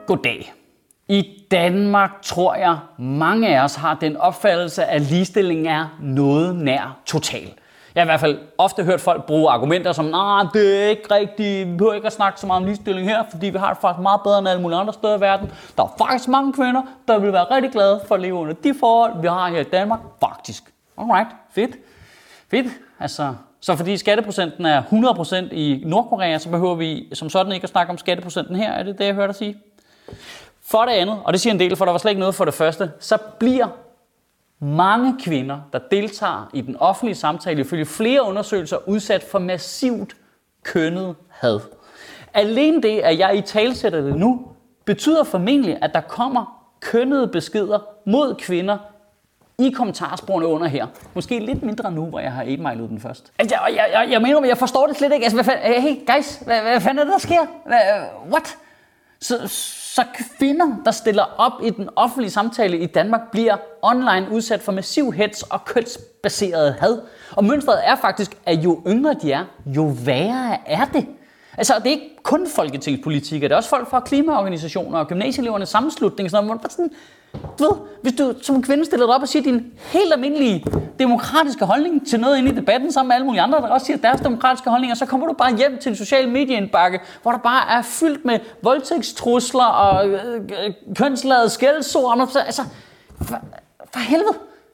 Goddag. I Danmark tror jeg, mange af os har den opfattelse, at ligestilling er noget nær total. Jeg har i hvert fald ofte hørt folk bruge argumenter som, det er ikke rigtigt, vi behøver ikke at snakke så meget om ligestilling her, fordi vi har det faktisk meget bedre end alle mulige andre steder i verden. Der er faktisk mange kvinder, der vil være rigtig glade for at leve under de forhold, vi har her i Danmark. Faktisk. Alright, fedt. Altså, så fordi skatteprocenten er 100% i Nordkorea, så behøver vi som sådan ikke at snakke om skatteprocenten her. Er det det, jeg hørte dig sige? For det andet, og det siger en del, for der var slet ikke noget for det første, så bliver mange kvinder, der deltager i den offentlige samtale, ifølge flere undersøgelser, udsat for massivt kønnet had. Alene det, at jeg italesætter det nu, betyder formentlig, at der kommer kønnede beskeder mod kvinder i kommentarsporene under her. Måske lidt mindre nu, hvor jeg har 8-milet den først. Jeg mener, jeg forstår det slet ikke. Altså, hey guys, hvad fanden er det, der sker? What? Så kvinder, der stiller op i den offentlige samtale i Danmark, bliver online udsat for massiv hets og kønsbaseret had. Og mønstret er faktisk, at jo yngre de er, jo værre er det. Altså, det er ikke kun folketingspolitikere, det er også folk fra klimaorganisationer og gymnasieelevernes sammenslutning. Sådan noget. Du ved, hvis du som kvinde stiller dig op og siger din helt almindelige demokratiske holdning til noget inde i debatten sammen med alle mulige andre, der også siger deres demokratiske holdninger, så kommer du bare hjem til en social medieindbakke, hvor der bare er fyldt med voldtægtstrusler og kønsladede skældsord. Altså, for helvede.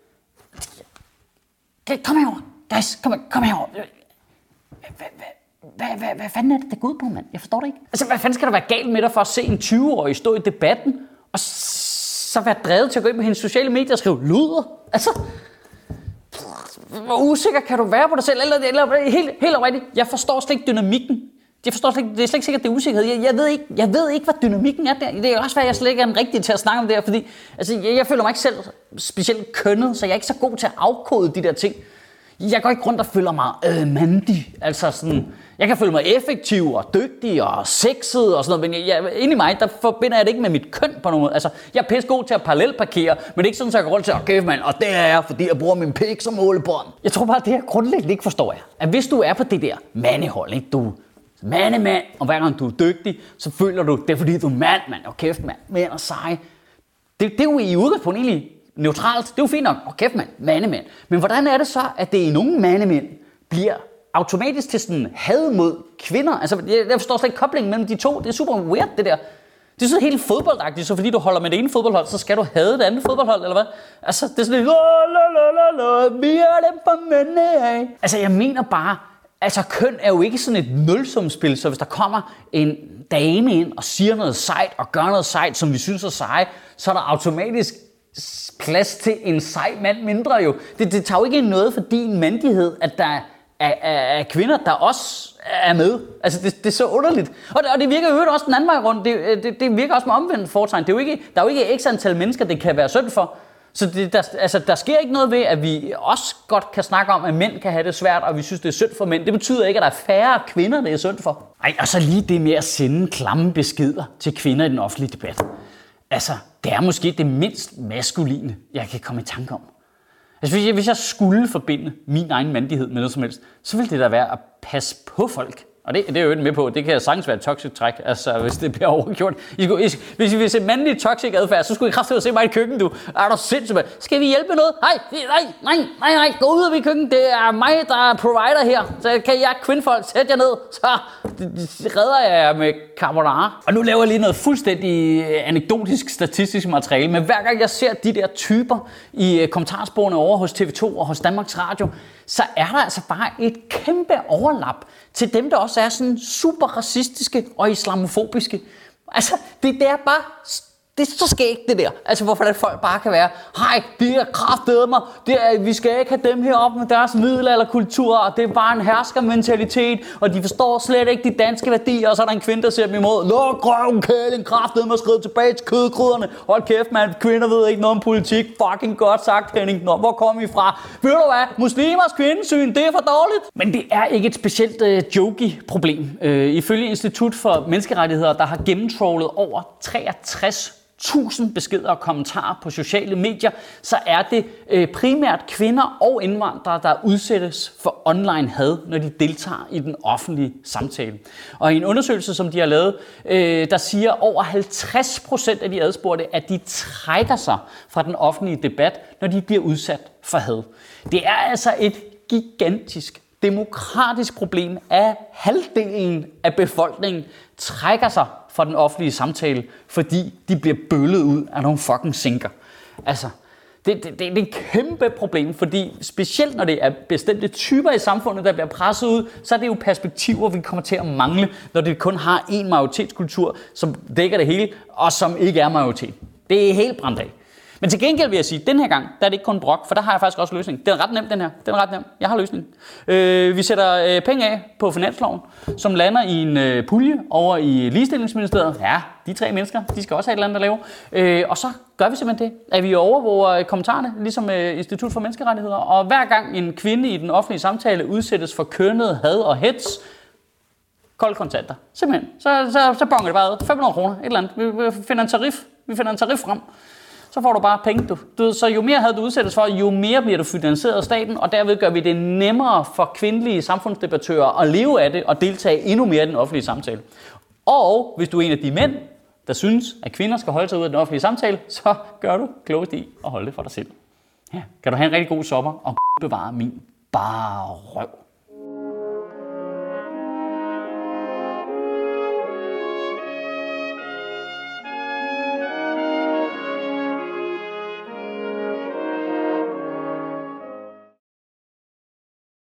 Kom herover. Guys, kom herover. Hvad fanden er det går ud på, mand? Jeg forstår det ikke. Altså, hvad fanden skal der være galt med dig for at se en 20-årig stå i debatten og så være drevet til at gå ind på hendes sociale medier og skrive luder? Altså, hvor usikker kan du være på dig selv? Eller helt oprigtigt, jeg forstår slet ikke dynamikken. Det er slet ikke sikkert, det er usikkerhed. Jeg ved ikke, hvad dynamikken er der. Det er også, hvad jeg slet ikke er den rigtige til at snakke om det her, fordi altså, jeg føler mig ikke selv specielt kønnet, så jeg er ikke så god til at afkode de der ting. Jeg går ikke rundt og føler mig mandig. Altså sådan, jeg kan føle mig effektiv og dygtig og sexet og sådan noget, men inde i mig, der forbinder jeg det ikke med mit køn på nogen måde. Altså, jeg er pisse god til at parallelparkere, men det er ikke sådan, at jeg går rundt til, okay mand, og det er jeg, fordi jeg bruger min pik som målebånd. Jeg tror bare, at det her grundlæggende ikke forstår jeg. At hvis du er på det der mandehold, ikke? Du mand, og hver gang du er dygtig, så føler du, det er fordi du er mand, og kæft mand, mænd og seje. Det er jo i udgangspunkt egentlig neutralt, det er jo fint nok, kæft mand. Men hvordan er det så, at det i nogle mandemænd bliver automatisk til sådan had mod kvinder? Altså, jeg forstår slet ikke koblingen mellem de to. Det er super weird, det der. Det er sådan helt fodboldagtigt, så fordi du holder med det ene fodboldhold, så skal du hade det andet fodboldhold, eller hvad? Altså, det er sådan lidt, vi er dem for mænd af. Altså, jeg mener bare, altså, køn er jo ikke sådan et nulsumspil, så hvis der kommer en dame ind og siger noget sejt og gør noget sejt, som vi synes er sej, så er der automatisk plads til en sej mand mindre jo. Det tager jo ikke noget for din mandighed, at der er kvinder, der også er med. Altså, det er så underligt. Og det virker jo også den anden vej rundt. Det virker også med omvendt fortegn. Der er jo ikke x antal mennesker, det kan være synd for. Så der sker ikke noget ved, at vi også godt kan snakke om, at mænd kan have det svært, og vi synes, det er synd for mænd. Det betyder ikke, at der er færre kvinder, det er synd for. Og så lige det med at sende klamme beskeder til kvinder i den offentlige debat. Altså, det er måske det mindst maskuline, jeg kan komme i tanke om. Altså, hvis jeg skulle forbinde min egen mandighed med noget som helst, så ville det da være at passe på folk. Og det er jo ikke med på. Det kan sagtens være et toxic træk, altså hvis det bliver overgjort. Hvis I vil se mandlig toxic adfærd, så skulle I kraftigt se mig i køkkenet, du. Er du sindssygt? Skal vi hjælpe med noget? Nej. Gå ud af mit køkken. Det er mig, der er provider her. Så kan jeg kvindfolk sætte jer ned, så redder jeg jer med carbonara. Og nu laver jeg lige noget fuldstændig anekdotisk statistisk materiale. Men hver gang jeg ser de der typer i kommentarsporene over hos TV2 og hos Danmarks Radio, så er der altså bare et kæmpe overlap til dem, der også er sådan super racistiske og islamofobiske. Altså, det er bare... Det er så skægt, det der. Altså, hvorfor det folk bare kan være, hej, det er kraftedeme, vi skal ikke have dem heroppe med deres middelalderkultur, og det er bare en herskermentalitet, og de forstår slet ikke de danske værdier, og så er der en kvinde, der ser dem imod, luk røven, kæling, kraftedeme og skriv tilbage til kødkryderne. Hold kæft, mand, kvinder ved ikke noget om politik. Fucking godt sagt, Henning. Nå, hvor kommer I fra? Ved du hvad? Muslimers kvindesyn, det er for dårligt. Men det er ikke et specielt jokey problem. Ifølge Institut for Menneskerettigheder, der har gennemtrollet over 63 1000 beskeder og kommentarer på sociale medier, så er det primært kvinder og indvandrere, der udsættes for online had, når de deltager i den offentlige samtale. Og i en undersøgelse, som de har lavet, der siger over 50% af de adspurgte, at de trækker sig fra den offentlige debat, når de bliver udsat for had. Det er altså et gigantisk demokratisk problem, at halvdelen af befolkningen trækker sig fra den offentlige samtale, fordi de bliver bøllet ud af nogle fucking sinker. Altså, det er et kæmpe problem, fordi specielt når det er bestemte typer i samfundet, der bliver presset ud, så er det jo perspektiver, vi kommer til at mangle, når det kun har en majoritetskultur, som dækker det hele, og som ikke er majoritet. Det er helt brændt af. Men til gengæld vil jeg sige, at den her gang, der er det ikke kun brok, for der har jeg faktisk også løsning. Den er ret nem, den her. Den er ret nem. Jeg har løsning. Vi sætter penge af på finansloven, som lander i en pulje over i Ligestillingsministeriet. Ja, de 3 mennesker, de skal også have et eller andet at lave. Og så gør vi simpelthen det, at vi overvåger kommentarerne, ligesom Institut for Menneskerettigheder. Og hver gang en kvinde i den offentlige samtale udsættes for kønnet had og hets, kolde kontanter. Simpelthen. Så bonger det bare ud. 500 kroner, et eller andet. Vi finder en tarif frem. Så får du bare penge, du. Så jo mere had du udsættes for, jo mere bliver du finansieret af staten, og derved gør vi det nemmere for kvindelige samfundsdebattører at leve af det og deltage endnu mere i den offentlige samtale. Og hvis du er en af de mænd, der synes, at kvinder skal holde sig ud af den offentlige samtale, så gør du klogest i at holde det for dig selv. Ja, kan du have en rigtig god sommer og bevare min bare røv.